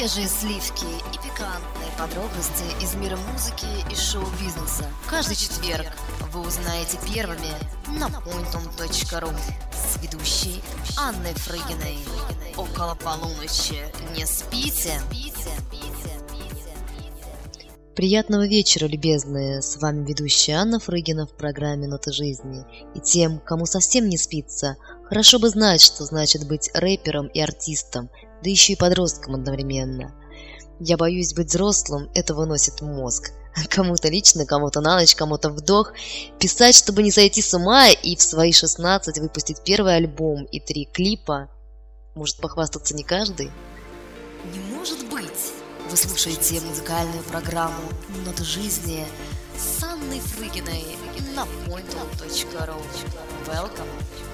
Свежие сливки и пикантные подробности из мира музыки и шоу-бизнеса. Каждый четверг вы узнаете первыми на pointon.ru с ведущей Анной Фрыгиной. Около полуночи. Не спите! Приятного вечера, любезные! С вами ведущая Анна Фрыгина в программе «Ноты жизни». И тем, кому совсем не спится, хорошо бы знать, что значит быть рэпером и артистом, да еще и подростком одновременно. Я боюсь быть взрослым, это выносит мозг. Кому-то лично, кому-то на ночь, кому-то вдох. Писать, чтобы не сойти с ума, и в свои 16 выпустить первый альбом и 3 клипа. Может похвастаться не каждый? Не может быть! Вы слушаете музыкальную программу «Ноты жизни» с Анной Фрыгиной на pointon.ru. Welcome!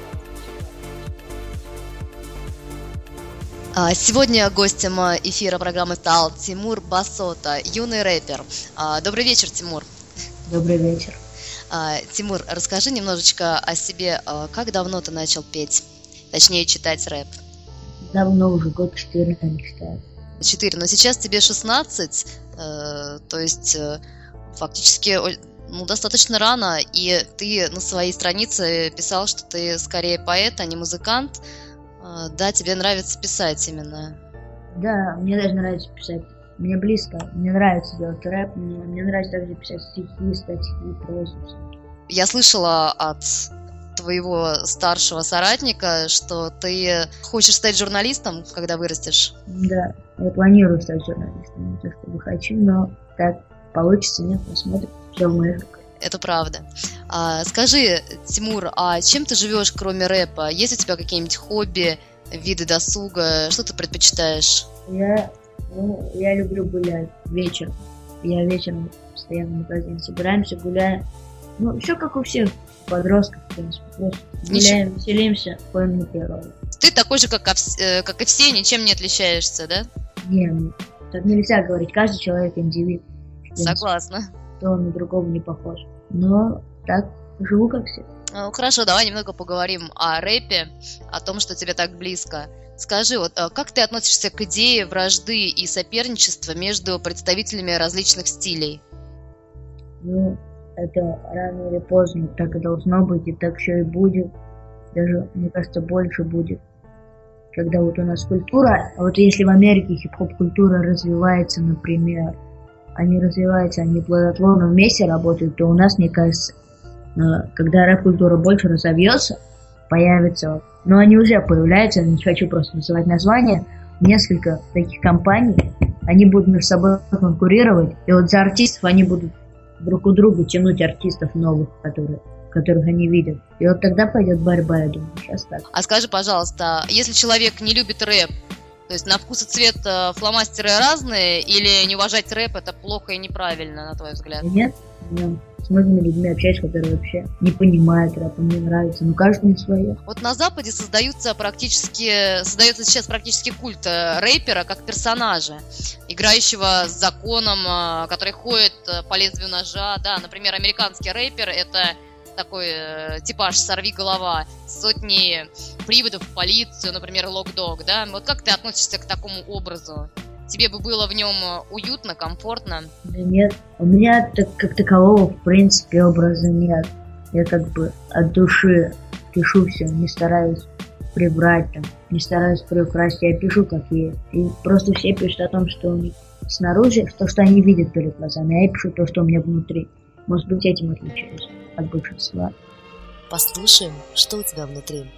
Сегодня гостем эфира программы стал Тимур Басота, юный рэпер. Добрый вечер, Тимур. Добрый вечер. Тимур, расскажи немножечко о себе. Как давно ты начал петь, точнее читать рэп? Давно, уже год 4, наверное, читаю. 4, но сейчас тебе 16, то есть фактически достаточно рано, и ты на своей странице писал, что ты скорее поэт, а не музыкант. Да, тебе нравится писать именно. Да, мне даже нравится писать. Мне близко, мне нравится делать рэп, мне нравится также писать стихи, статьи, прозу. Я слышала от твоего старшего соратника, что ты хочешь стать журналистом, когда вырастешь. Да, я планирую стать журналистом, не то чтобы хочу, но так получится, нет, посмотрим, все в моих руках. Это правда. Скажи, Тимур, а чем ты живешь, кроме рэпа? Есть у тебя какие-нибудь хобби, виды досуга? Что ты предпочитаешь? Я люблю гулять вечером. Я вечером постоянно в магазине собираемся, гуляем. Все как у всех подростков, в принципе. Просто гуляем, веселимся, ходим на природу. Ты такой же, как и все, ничем не отличаешься, да? Нет, так нельзя говорить. Каждый человек индивид. Согласна. То он на другого не похож. Но так живу как все. Хорошо, давай немного поговорим о рэпе, о том, что тебе так близко. Скажи, как ты относишься к идее вражды и соперничества между представителями различных стилей? Это рано или поздно так и должно быть, и так все и будет. Даже, мне кажется, больше будет. Когда у нас культура, если в Америке хип-хоп культура развивается, например, они развиваются, они плодотворно вместе работают, то у нас, мне кажется, когда рэп-культура больше разовьется, появится, они уже появляются, я не хочу просто называть названия, несколько таких компаний, они будут между собой конкурировать, и за артистов они будут друг у друга тянуть артистов новых, которых они видят. И тогда пойдет борьба, я думаю, сейчас так. А скажи, пожалуйста, если человек не любит рэп, то есть на вкус и цвет фломастеры разные, или не уважать рэп это плохо и неправильно, на твой взгляд? Нет, с многими людьми общаюсь, которые вообще не понимают рэп, мне нравится, но каждому свое. На Западе создается сейчас практически культ рэпера как персонажа, играющего с законом, который ходит по лезвию ножа. Да, например, американский рэпер — это такой типаж сорвиголова, сотни приводов в полицию, например, Log Dog, да? Как ты относишься к такому образу? Тебе бы было в нем уютно, комфортно? Да нет, у меня как такового в принципе образа нет. Я от души пишу все, не стараюсь прибрать не стараюсь приукрасить, я пишу как есть. И просто все пишут о том, что у них снаружи, то, что они видят перед глазами, а я пишу то, что у меня внутри. Может быть, этим отличаюсь от большинства. Послушаем, что у тебя внутри.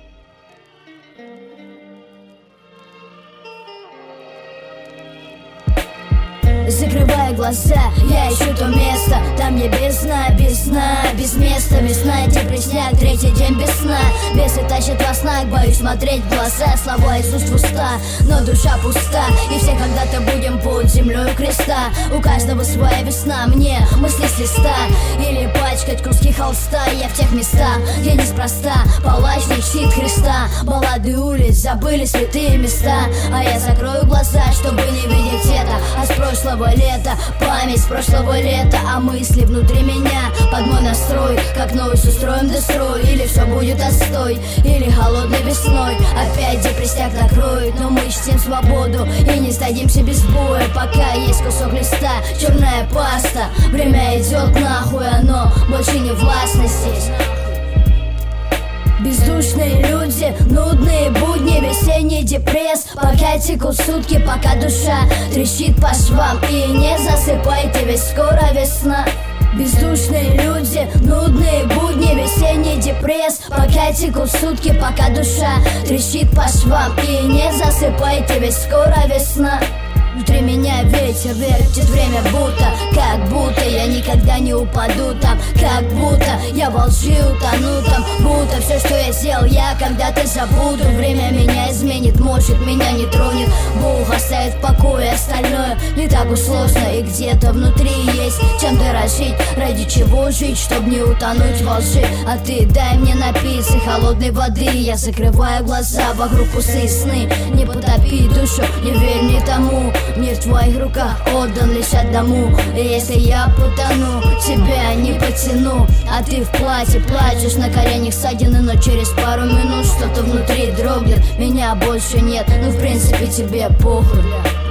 Закрывая глаза, я ищу то место, там где без сна, без места. Весна и депрессняк, третий день без сна. Бесы тащат во снах, боюсь смотреть в глаза. Слова из уст в уста, но душа пуста. И все когда-то будем под землей у креста. У каждого своя весна, мне мысли с листа. Или пачкать куски холста. Я в тех местах, где неспроста палачник чтит Христа. Баллады улиц, забыли святые места. А я закрою глаза, чтобы не видеть это. А с прошлого лета, память с прошлого лета. А мысли внутри меня под мой настрой. Как новость устроим дестрой. Или все будет отстой, или холодной весной опять депрессняк накроет. Но мы чтим свободу и не не сдадимся без боя, пока есть кусок листа, черная паста. Время идет нахуй, оно больше не властно здесь. Бездушные люди, нудные будни, весенний депресс. Пока текут сутки, пока душа трещит по швам. И не засыпайте, ведь скоро весна. Бездушные люди, нудные будни, весенний депресс. Пока текут сутки, пока душа трещит по швам. И не засыпайте, ведь скоро весна. Внутри меня ветер вертит время как будто я никогда не упаду там, как будто я во лжи утону там, будто все, что я сделал, я когда-то забуду. Время меня изменит, может меня не тронет, Бог оставит в покое остальное. Не так уж сложно, и где-то внутри есть чем дорожить, ради чего жить, чтобы не утонуть во лжи. А ты дай мне напиться холодной воды, я закрываю глаза, вокруг пустые сны. Не потопи душу, не верь ни тому, мир в твоих руках отдан лишь одному. И если я потону, тебя не потяну. А ты в платье плачешь, на коленях ссадины, но через пару минут что-то внутри дрогнет. Меня больше нет, ну в принципе тебе похуй.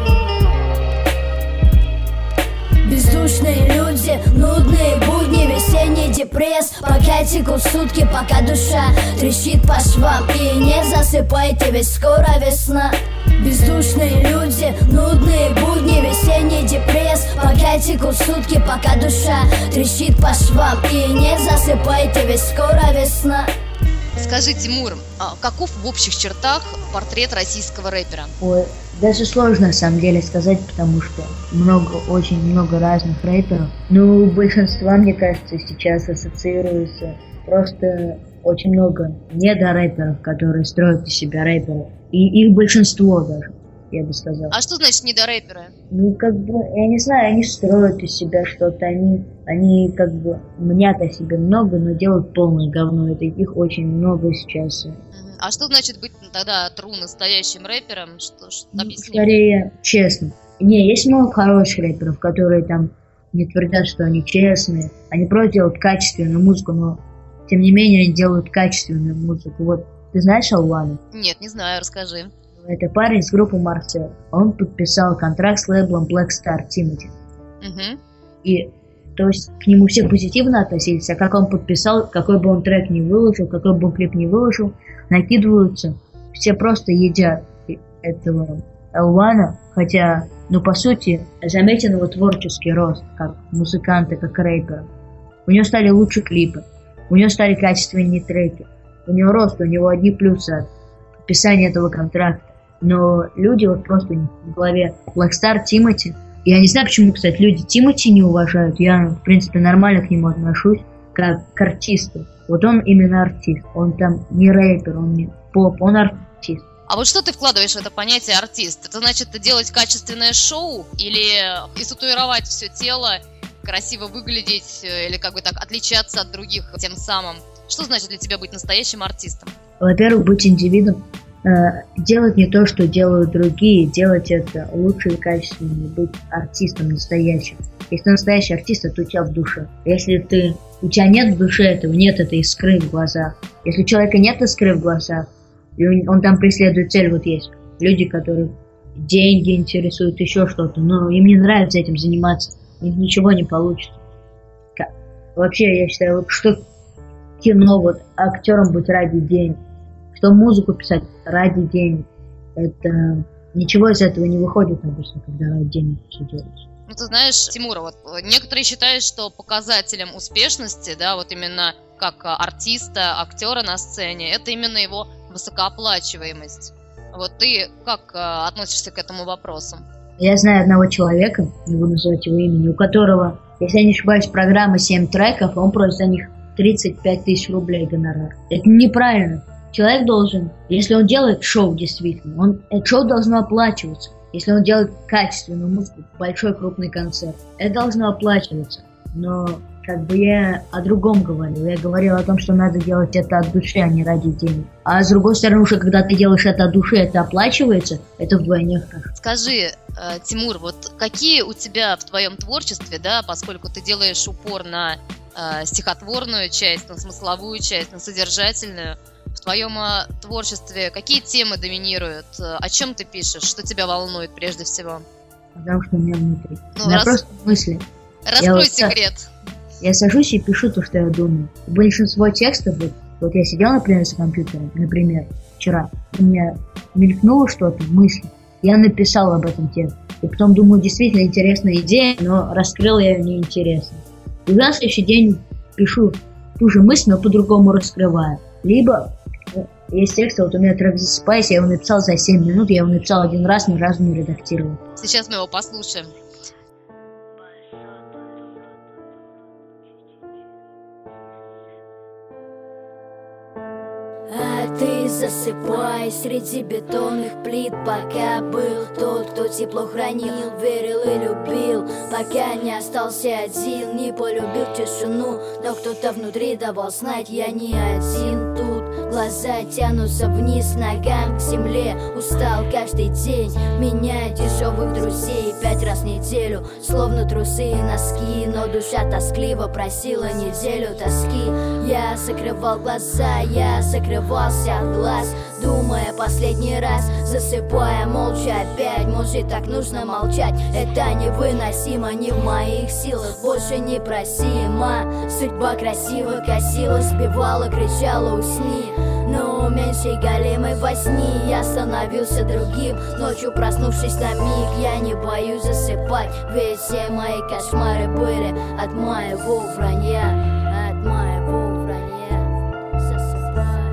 Бездушные люди, нудные будни, весенний депресс. Пока текут сутки, пока душа трещит по швам. И не засыпайте, ведь скоро весна. Бездушные люди, нудные будни, весенний депресс. Пока текут сутки, пока душа трещит по швам. И не засыпайте, ведь скоро весна. Скажи, Тимур, каков в общих чертах портрет российского рэпера? Ой, даже сложно на самом деле сказать, потому что очень много разных рэперов. Ну, большинство, мне кажется, сейчас ассоциируется просто очень много недорэперов, которые строят из себя рэперов. И их большинство даже, я бы сказал. А что значит недорэперы? Ну, как бы, я не знаю, они строят из себя что-то, они как бы мнят о себе много, но делают полное говно, и таких очень много сейчас. А что значит быть тогда настоящим рэпером? Объясни. Скорее, честно. Не, есть много хороших рэперов, которые там не твердят, что они честные, они просто делают качественную музыку, но тем не менее они делают качественную музыку. Вот, ты знаешь Алвана? Нет, не знаю, расскажи. Это парень из группы Марсел. Он подписал контракт с лейблом Black Star Timothy. И то есть к нему все позитивно относились, а как он подписал, какой бы он трек не выложил, какой бы он клип не выложил, накидываются, все просто едят этого Алвана, хотя, ну по сути, заметен его творческий рост, как музыканта, как рэпера. У него стали лучше клипы, у него стали качественнее треки, у него рост, у него одни плюсы от подписания этого контракта. Но люди вот просто в голове Black Star Timothy. Я не знаю, почему, кстати, люди Тимати не уважают. Я, в принципе, нормально к нему отношусь, как к артисту. Вот он именно артист. Он там не рэпер, он не поп, он артист. А вот что ты вкладываешь в это понятие артист? Это значит делать качественное шоу или истатуировать все тело, красиво выглядеть или как бы так отличаться от других тем самым? Что значит для тебя быть настоящим артистом? Во-первых, быть индивидом. Делать не то, что делают другие, делать это лучше и качественнее, быть артистом настоящим. Если ты настоящий артист, это у тебя в душе. Если у тебя нет в душе этого, нет этой искры в глазах. Если у человека нет искры в глазах, и он там преследует цель, вот есть люди, которые деньги интересуют, еще что-то, но им не нравится этим заниматься, у них ничего не получится. Вообще, я считаю, что кино, вот актером быть ради денег, что музыку писать ради денег, это ничего из этого не выходит обычно, когда ради денег все делаешь. Ну, ты знаешь, Тимур, вот некоторые считают, что показателем успешности, да, вот именно как артиста, актера на сцене, это именно его высокооплачиваемость. Вот ты как относишься к этому вопросу? Я знаю одного человека, не буду называть его имени, у которого, если я не ошибаюсь, программа 7 треков, он просит за них 35 тысяч рублей гонорар. Это неправильно. Человек должен, если он делает шоу действительно, это шоу должно оплачиваться. Если он делает качественную музыку, большой крупный концерт, это должно оплачиваться. Но как бы я о другом говорил. Я говорил о том, что надо делать это от души, а не ради денег. А с другой стороны, уже когда ты делаешь это от души, это оплачивается, это вдвойне хорошо. Скажи, Тимур, вот какие у тебя в твоем творчестве, да, поскольку ты делаешь упор на стихотворную часть, на смысловую часть, на содержательную, в твоем творчестве какие темы доминируют? О чем ты пишешь? Что тебя волнует прежде всего? Потому что у меня внутри. Ну, У меня просто мысли. Раскрой вот секрет. Я сажусь и пишу то, что я думаю. Большинство текстов, вот я сидел, например, за компьютером, например, вчера, у меня мелькнуло что-то, мысли. Я написал об этом текст. И потом думаю, действительно интересная идея, но раскрыл я ее неинтересно. И на следующий день пишу ту же мысль, но по-другому раскрываю. Либо есть текст, вот у меня трек «Засыпайся», я его написал за 7 минут, я его написал один раз, ни разу не редактировал. Сейчас мы его послушаем. А ты засыпай среди бетонных плит, пока был тот, кто тепло хранил, верил и любил, пока не остался один, не полюбил тишину, но кто-то внутри давал знать, я не один тут. Глаза тянутся вниз, ногам к земле. Устал каждый день менять дешевых друзей 5 раз в неделю, словно трусы и носки. Но душа тоскливо просила неделю тоски. Я закрывал глаза, я закрывался от глаз, думая последний раз, засыпая молча опять. Может, так нужно молчать? Это невыносимо, не в моих силах, больше непросимо. Судьба красиво косила, спевала, кричала: усни. Но меньше големой во сне я становился другим. Ночью проснувшись на миг, я не боюсь засыпать, ведь все мои кошмары были от моего вранья, от моего вранья. Засыпай.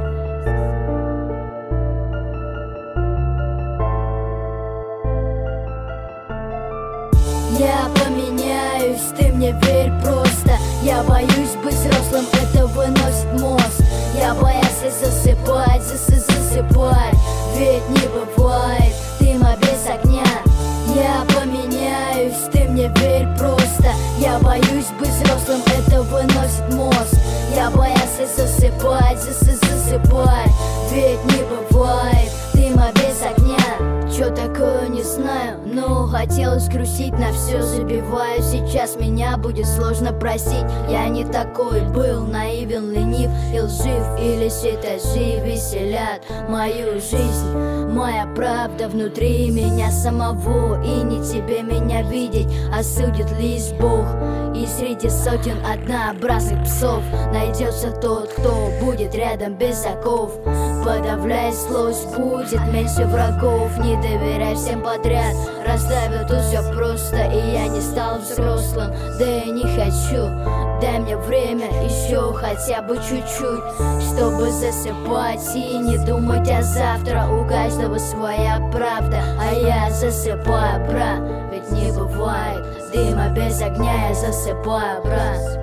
Я поменяюсь, ты мне верь просто. Я боюсь быть взрослым, это выносит мозг. Я боялся засыпать, засыпать, ведь не бывает дыма без огня. Я поменяюсь, ты мне верь просто. Я боюсь быть взрослым, это выносит мозг. Я боялся засыпать, засыпать, ведь не бывает дыма без огня. Чё такое, не знаю, но хотелось грустить, на все забиваю. Сейчас меня будет сложно простить. Я не такой был, наивен, ленив и лжив. Или этажи веселят мою жизнь. Моя правда внутри меня самого. И не тебе меня видеть, а судит лишь Бог. И среди сотен однообразных псов найдется тот, кто будет рядом без оков. Подавляя злость, будет меньше врагов. Не доверяй всем подряд, расставил тут все просто. И я не стал взрослым, да и не хочу. Дай мне время еще хотя бы чуть-чуть, чтобы засыпать и не думать о завтра. У каждого своя правда, а я засыпаю, брат. Ведь не бывает дыма без огня, я засыпаю, брат.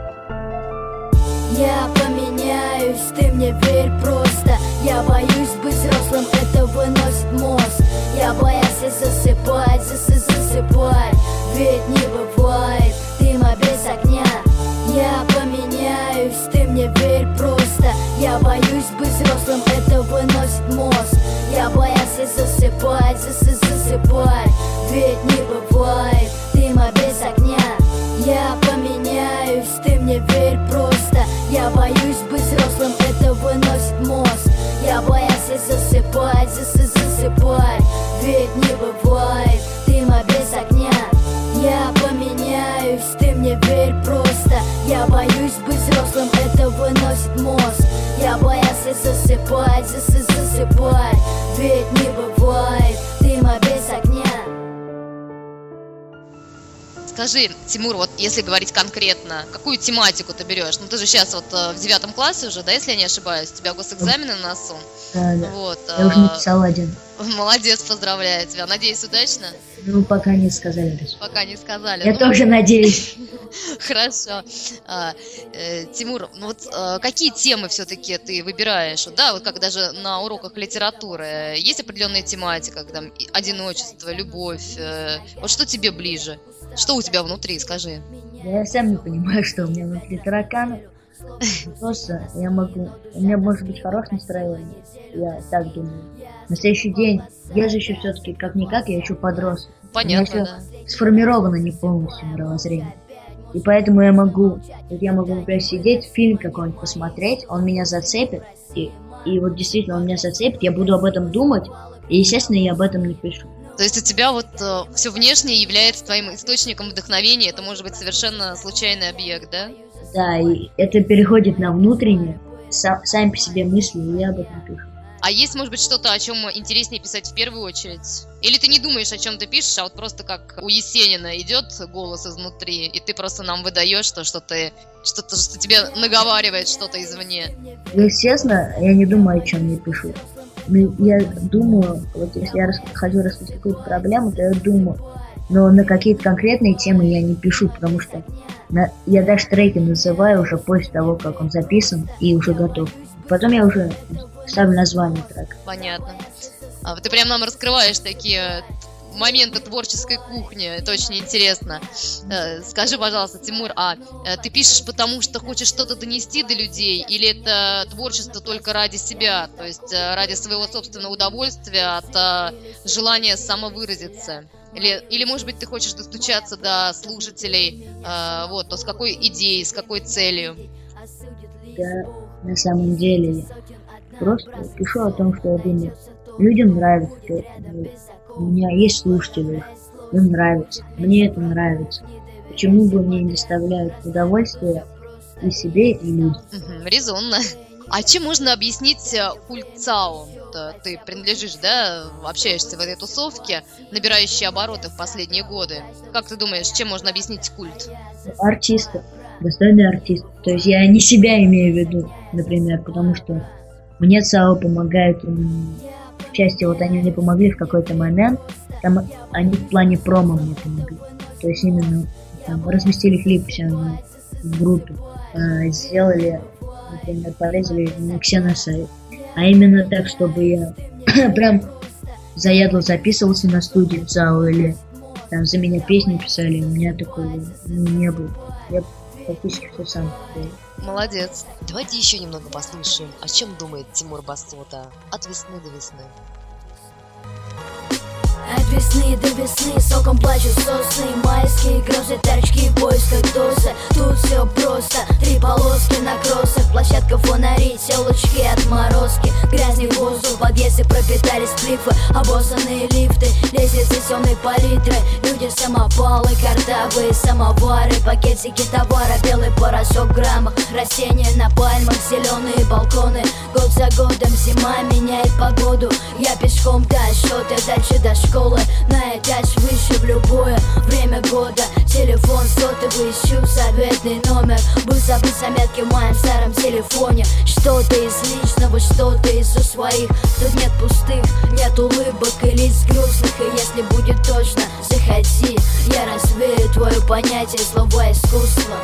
Я поменяюсь, ты мне верь просто. Я боюсь быть взрослым, это выносит мозг. Я боялся засыпать, засыпать, ведь не бывает дыма без огня. Я поменяюсь, ты мне верь просто. Я боюсь быть взрослым, это выносит мозг. Я боялся засыпать, засыпать, ведь не бывает дыма без огня. Я поменяюсь, ты мне верь просто. Я боюсь быть взрослым, это выносит мозг. Я боялся засыпать, засыпать, ведь не бывает дыма без огня. Я поменяюсь, ты мне верь просто. Я боюсь быть взрослым, это выносит мозг. Я боялся засыпать, засыпать, ведь не бывает дыма без огня. Скажи, Тимур, вот если говорить конкретно, какую тематику ты берешь? Ну ты же сейчас вот в 9 классе уже, да, если я не ошибаюсь, у тебя госэкзамены на носу. Да. Вот, Я уже написал один. Молодец, поздравляю тебя. Надеюсь, удачно? Ну, пока не сказали. Пока не сказали. Я тоже надеюсь. Хорошо. Тимур, ну вот какие темы все-таки ты выбираешь? Да, вот как даже на уроках литературы есть определенная тематика, там одиночество, любовь. Вот что тебе ближе? Что у тебя внутри, скажи? Я сам не понимаю, что у меня внутри тараканы. Просто у меня может быть хорошее настроение. Я так думаю. На следующий день, я же еще все-таки, как-никак, я еще подросток. Понятно, у меня да. Сформировано не полностью мировоззрение. И поэтому я могу, например, сидеть, фильм какой-нибудь посмотреть, он меня зацепит, и и вот действительно он меня зацепит, я буду об этом думать, и, естественно, я об этом напишу. То есть у тебя вот все внешнее является твоим источником вдохновения, это может быть совершенно случайный объект, да? Да, и это переходит на внутреннее, сами по себе мысли, и я об этом пишу. А есть, может быть, что-то, о чем интереснее писать в первую очередь? Или ты не думаешь, о чем ты пишешь, а вот просто как у Есенина идет голос изнутри, и ты просто нам выдаешь то, что тебе наговаривает что-то извне? Если честно, я не думаю, о чем я пишу. Я думаю, вот если я хочу рассказать какую-то проблему, то я думаю, но на какие-то конкретные темы я не пишу, потому что я даже треки называю уже после того, как он записан и уже готов. Потом я уже ставлю название трека. Понятно. Ты прям нам раскрываешь такие моменты творческой кухни, это очень интересно. Скажи, пожалуйста, Тимур, ты пишешь потому, что хочешь что-то донести до людей, или это творчество только ради себя, то есть ради своего собственного удовольствия, от желания самовыразиться? Или, может быть, ты хочешь достучаться до слушателей, то с какой идеей, с какой целью? Да, на самом деле я просто пишу о том, что я думаю, людям нравится. У меня есть слушатели, им нравится, мне это нравится. Почему бы мне не доставляют удовольствие и себе, и людям? Резонно. А чем можно объяснить культ ЦАО? Ты принадлежишь, да, общаешься в этой тусовке, набирающей обороты в последние годы. Как ты думаешь, чем можно объяснить культ? Артисты, достойный артист. То есть я не себя имею в виду, например, потому что мне ЦАО помогают в части, вот они мне помогли в какой-то момент, там они в плане промо мне помогли. То есть именно там разместили клип все в группе, сделали, например, полезли на ксеносайт. А именно так, чтобы я прям заядло записывался на студии ЦАО или там за меня песни писали, у меня такого не было. Я практически все сам делал. Молодец. Давайте еще немного послушаем, о чем думает Тимур Басота от весны до весны. От весны до весны соком плачут сосны, майские грозы, торчки в поисках дозы. Тут все просто, 3 полоски на кроссах, площадка фонари, телочки отморозки. Грязный воздух, в подъезде пропитались плифы, обоссанные лифты, лестницы темной палитры. Люди самопалы, картавые самовары, пакетики товара, белый порошок в граммах, растения на пальмах, зеленые балконы. Год за годом зима меняет погоду, я пешком до счета, дальше до школы, на этаж выше в любое время года. Телефон сотовый, ищу заветный номер, был забыт заметки в моем старом телефоне. Что-то из личного, что-то из своих. Тут нет пустых, нет улыбок и лиц грустных. И если будет точно, заходи, я развею твое понятие слова искусства.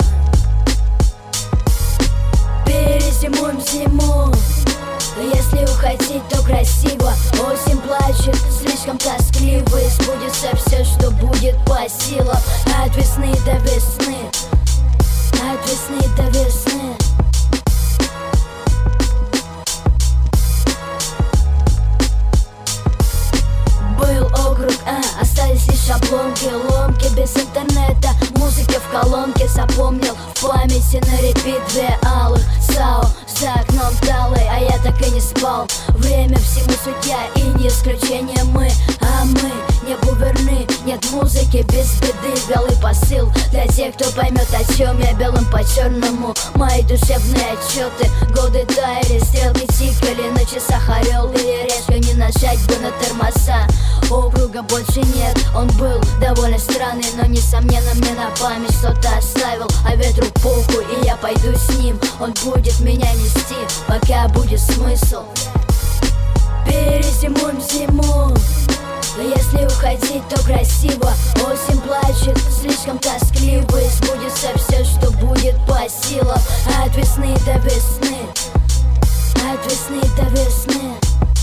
Перезимуем зиму, если уходить, то красиво. Осень плачет, слишком тоскливо, и сбудется все, что будет по силам. От весны до весны, от весны до весны. Был округ, остались лишь обломки, ломки без интернета, музыки в колонке. Запомнил в памяти на репит 2 алых ЦАО за окном талой, а я так и не спал. Время всему судья и не исключение мы, а мы небу верны. Нет музыки без беды, белый посыл для тех, кто поймет, о чем я. Белым по черному мои душевные отчеты. Годы таяли, стрелки тикали, на часах орел или резко не нажать бы на тормоза. Округа больше нет, он был довольно странный, но несомненно мне на память что-то оставил. А ветру похуй, и я пойду с ним, он будет меня нести, пока будет смысл. Перезимуем зиму, если уходить, то красиво. Осень плачет, слишком тоскливо, и сбудется все, что будет по силам. От весны до весны, от весны до весны.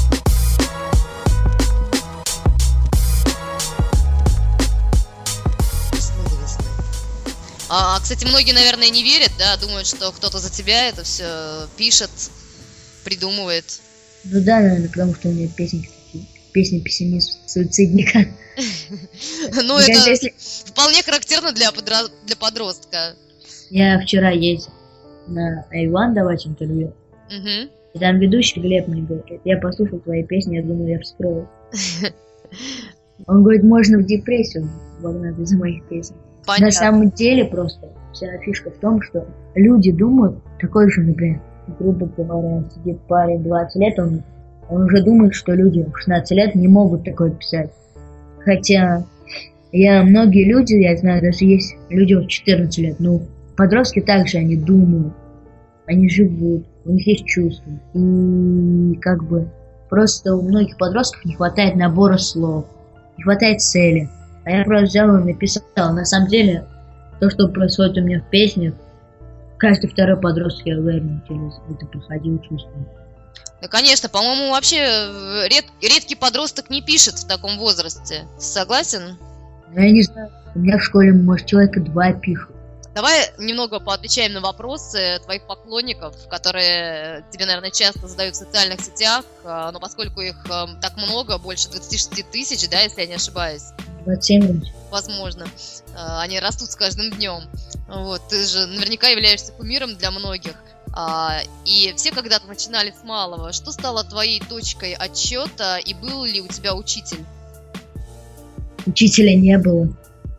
Кстати, многие, наверное, не верят, да, думают, что кто-то за тебя это все пишет, придумывает. Ну да, наверное, потому что у меня песни такие, песни пессимист, суицидника. Ну, это вполне характерно для подростка. Я вчера ездил на Айван давать интервью. И там ведущий Глеб мне говорит: я послушал твои песни, я думаю, я вскрою. Он говорит, можно в депрессию вогнать из-за моих песен. Понятно. На самом деле просто вся фишка в том, что люди думают, такой же, например, грубо говоря, сидит парень 20 лет, он уже думает, что люди в 16 лет не могут такое писать. Хотя многие люди, я знаю, даже есть люди в 14 лет, подростки также, они думают, они живут, у них есть чувства. И как бы просто у многих подростков не хватает набора слов, не хватает цели. А я просто взял и написал. На самом деле, то, что происходит у меня в песнях, каждый второй подросток, я уверен, через это проходил, чувствую. Да, конечно, по-моему, вообще редкий подросток не пишет в таком возрасте. Согласен? Я не знаю, у меня в школе, может, человека 2 пишут. Давай немного поотвечаем на вопросы твоих поклонников, которые тебе, наверное, часто задают в социальных сетях, но поскольку их так много, больше 26 тысяч, да, если я не ошибаюсь? 27 тысяч. Возможно. Они растут с каждым днем. Вот. Ты же наверняка являешься кумиром для многих. И все когда-то начинали с малого. Что стало твоей точкой отсчета, и был ли у тебя учитель? Учителя не было.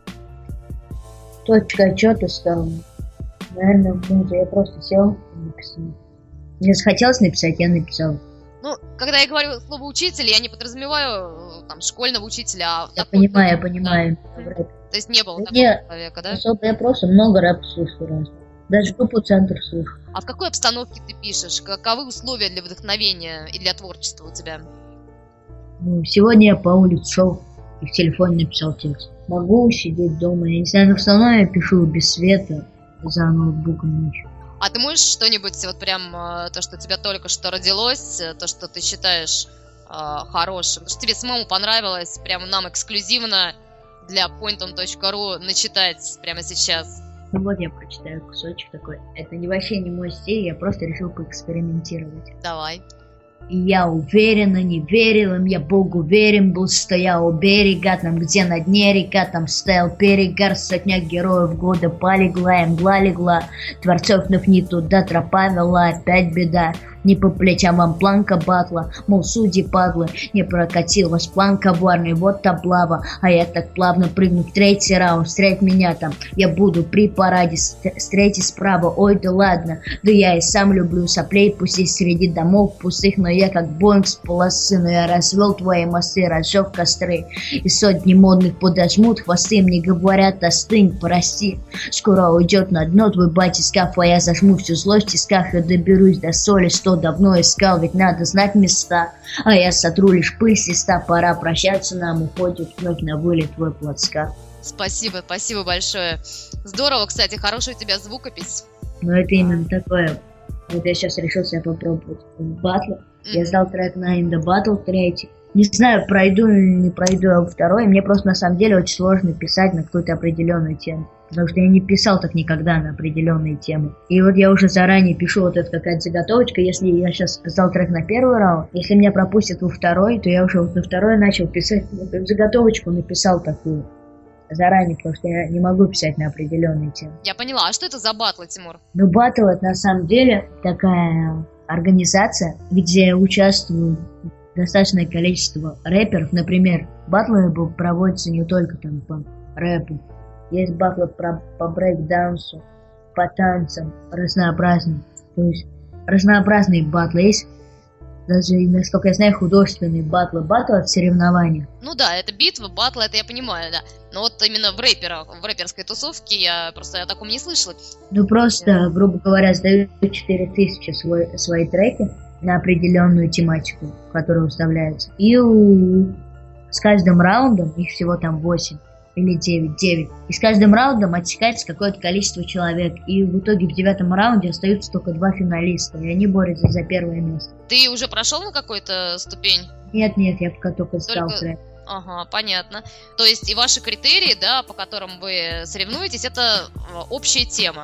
Точка отчета стала. Наверное, я просто сел и написал. Мне захотелось написать, я написал. Ну, когда я говорю слово учитель, я не подразумеваю там школьного учителя, а... Я понимаю. Да. То есть не было такого человека, да? Особо я просто много рэпа слушаю раз. Даже группу «Центр» слушаю. А в какой обстановке ты пишешь? Каковы условия для вдохновения и для творчества у тебя? Сегодня я по улице шел и в телефоне написал текст. Могу сидеть дома, я не знаю, но в основном я пишу без света, за ноутбуком ночью. А ты можешь что-нибудь, вот прям то, что у тебя только что родилось, то, что ты считаешь хорошим, что тебе самому понравилось, прямо нам эксклюзивно для pointon.ru начитать прямо сейчас? Ну вот я прочитаю кусочек такой. Это вообще не мой стиль, я просто решил поэкспериментировать. Давай. И я уверенно не верил им, я Богу верен был, стоял у берега, там где на дне река, там стоял перегар, сотня героев года полегла, мгла легла, творцов вновь не туда тропа вела, опять беда. Не по плечам вам планка батла, мол, судьи падлы, не прокатил вас план коварный, вот облава, а я так плавно прыгну в третий раунд, встреть меня там, я буду при параде, с третьей справа, ой, да ладно, да я и сам люблю соплей, пусть и среди домов пустых, но я как Боинг с полосы, но я развел твои мосты, разжег костры, и сотни модных подожмут хвосты, мне говорят, остынь, прости, скоро уйдет на дно твой батискаф, а я зажму всю злость в тисках и доберусь до соли, что давно искал, ведь надо знать места, а я сотру лишь пыль с листа, пора прощаться нам, уходит вновь на вылет твой плацкарт. Спасибо большое. Здорово, кстати, хорошая у тебя звукопись. Ну это именно такое. Вот я сейчас решил себя попробовать в батле. Я сдал трек на In The Battle 3. Не знаю, пройду или не пройду я второй. Мне просто на самом деле очень сложно писать на какую-то определенную тему. Потому что я не писал так никогда на определенные темы. И вот я уже заранее пишу вот эту какая-то заготовочка. Если я сейчас сдал трек на первый раунд, если меня пропустят во второй, то я уже вот на второй начал писать. Вот заготовочку написал такую заранее, потому что я не могу писать на определенные темы. Я поняла. А что это за батлы, Тимур? Ну, батл это на самом деле такая организация, где участвуют достаточное количество рэперов. Например, батлы проводятся не только там по рэпу. Есть батлы по брейк-дансу, по танцам, разнообразные. То есть разнообразные батлы. Есть даже, насколько я знаю, художественные батлы. Батл — это соревнования. Ну да, это битва, батлы, это я понимаю, да. Но вот именно в рэперской тусовке я просто о таком не слышала. Ну просто, грубо говоря, сдают 4000 свои треки на определенную тематику, которая выставляется. И с каждым раундом, их всего там 8 или 9. И с каждым раундом отсекается какое-то количество человек. И в итоге в 9-м раунде остаются только 2 финалиста. И они борются за первое место. Ты уже прошел на какую-то ступень? Нет, я пока только сдал трек. Ага, понятно. То есть и ваши критерии, да, по которым вы соревнуетесь, это общая тема?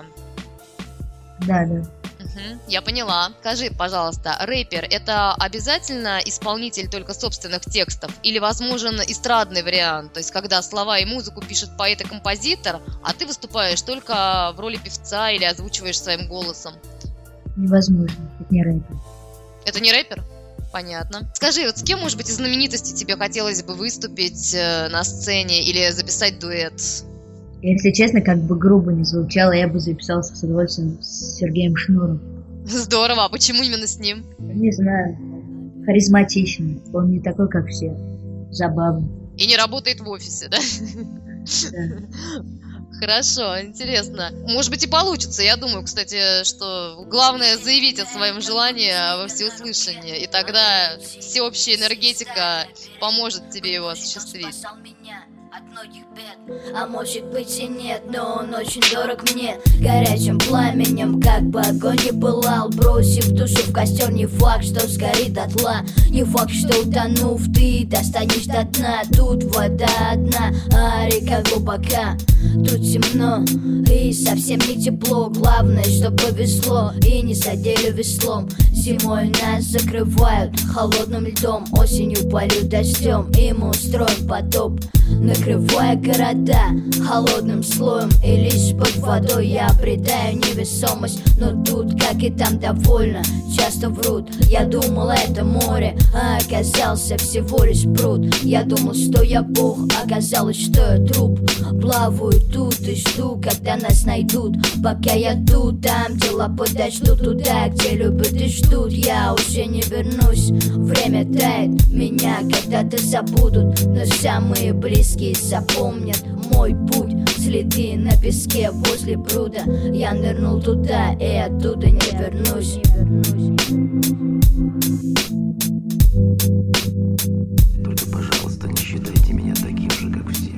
Да. Я поняла. Скажи, пожалуйста, рэпер — это обязательно исполнитель только собственных текстов? Или возможен эстрадный вариант? То есть, когда слова и музыку пишет поэт и композитор, а ты выступаешь только в роли певца или озвучиваешь своим голосом? Невозможно, это не рэпер. Это не рэпер? Понятно. Скажи, вот с кем, может быть, из знаменитостей тебе хотелось бы выступить на сцене или записать дуэт? Если честно, как бы грубо не звучало, я бы записался с удовольствием с Сергеем Шнуром. Здорово, а почему именно с ним? Не знаю, харизматичный. Он не такой, как все. Забавный. И не работает в офисе, да? Да. Хорошо, интересно. Может быть и получится. Я думаю, кстати, что главное заявить о своем желании во всеуслышание, и тогда всеобщая энергетика поможет тебе его осуществить. А может быть и нет, но он очень дорог мне. Горячим пламенем, как бы огонь не пылал, бросив душу в костер, не факт, что сгорит дотла. Не факт, что утонув, ты достанешь до дна. Тут вода одна, а река глубока. Тут темно и совсем не тепло. Главное, что повезло и не задели веслом. Зимой нас закрывают холодным льдом, осенью польют дождем, и мы устроим потоп, накрывая города холодным слоем. И лишь под водой я обретаю невесомость. Но тут, как и там, довольно часто врут. Я думал, это море, а оказался всего лишь пруд. Я думал, что я бог, оказалось, что я труп. Плаваю тут и жду, когда нас найдут. Пока я тут, там дела подождут. Туда, где любят и ждут, я уже не вернусь. Время тает, меня когда-то забудут, но самые близкие запомнят мой путь. Следы на песке возле пруда. Я нырнул туда и оттуда не вернусь. Только, пожалуйста, не считайте меня таким же, как все.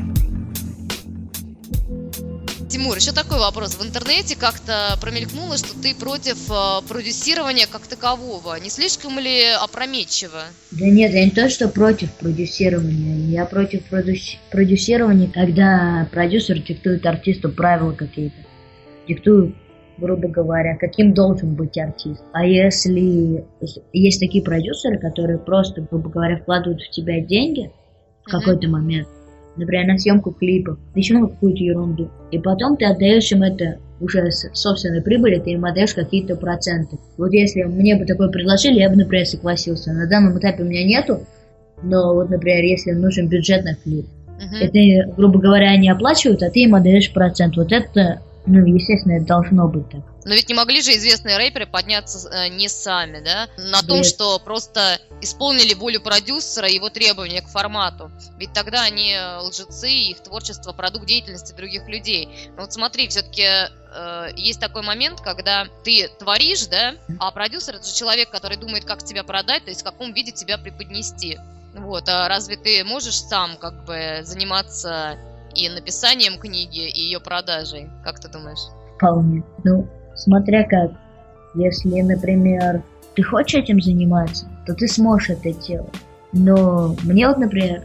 Тимур, еще такой вопрос. В интернете как-то промелькнуло, что ты против продюсирования как такового. Не слишком ли опрометчиво? Да нет, я не то, что против продюсирования. Я против продюсирования, когда продюсер диктует артисту правила какие-то. Диктует, грубо говоря, каким должен быть артист. А если есть такие продюсеры, которые просто, грубо говоря, вкладывают в тебя деньги в какой-то момент, например, на съемку клипов, еще на какую-то ерунду, и потом ты отдаешь им это уже с собственной прибыли, ты им отдаешь какие-то проценты. Вот если мне бы такое предложили, я бы, например, согласился. На данном этапе у меня нету, но вот, например, если нужен бюджет на клип, это, грубо говоря, они оплачивают, а ты им отдаешь процент. Вот это, ну, естественно, это должно быть так. Но ведь не могли же известные рэперы подняться не сами, да? На том, что просто исполнили волю продюсера и его требования к формату. Ведь тогда они лжецы, их творчество — продукт деятельности других людей. Но вот смотри, все-таки есть такой момент, когда ты творишь, да? А продюсер — это же человек, который думает, как тебя продать, то есть в каком виде тебя преподнести. Вот, а разве ты можешь сам как бы заниматься и написанием книги, и ее продажей? Как ты думаешь? Вполне. Ну, смотря как. Если, например, ты хочешь этим заниматься, то ты сможешь это делать. Но мне вот, например,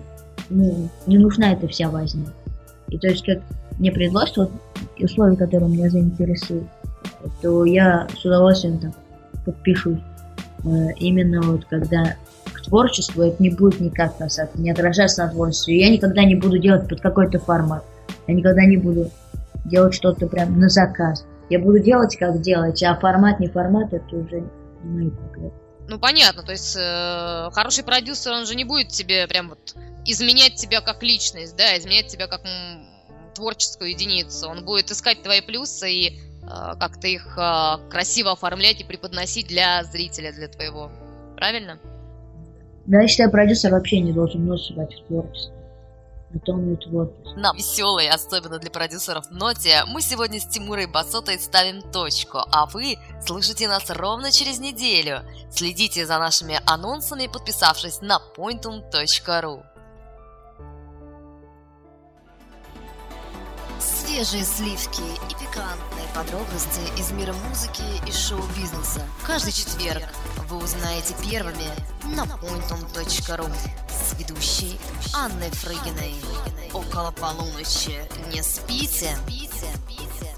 не нужна эта вся возня. И то есть, как мне предложат вот, условия, которые меня заинтересуют, то я с удовольствием там подпишусь. Именно вот когда к творчеству это не будет никак касаться, не отражаться на творчестве. Я никогда не буду делать под какой-то формат. Я никогда не буду делать что-то прям на заказ. Я буду делать, как делать, а формат, не формат, это уже не мои проблемы. Ну, понятно, то есть хороший продюсер, он же не будет тебе прям вот изменять тебя как личность, да, изменять тебя как творческую единицу. Он будет искать твои плюсы и как-то их красиво оформлять и преподносить для зрителя, для твоего. Правильно? Да, я считаю, продюсер вообще не должен нос сувать в творчество. На веселой, особенно для продюсеров, ноте мы сегодня с Тимурой Басотой ставим точку, а вы слушайте нас ровно через неделю. Следите за нашими анонсами, подписавшись на pointum.ru. Свежие сливки и пикантные подробности из мира музыки и шоу-бизнеса. Каждый четверг вы узнаете первыми на pointum.ru с ведущей Анной Фрыгиной. Около полуночи. Не спите.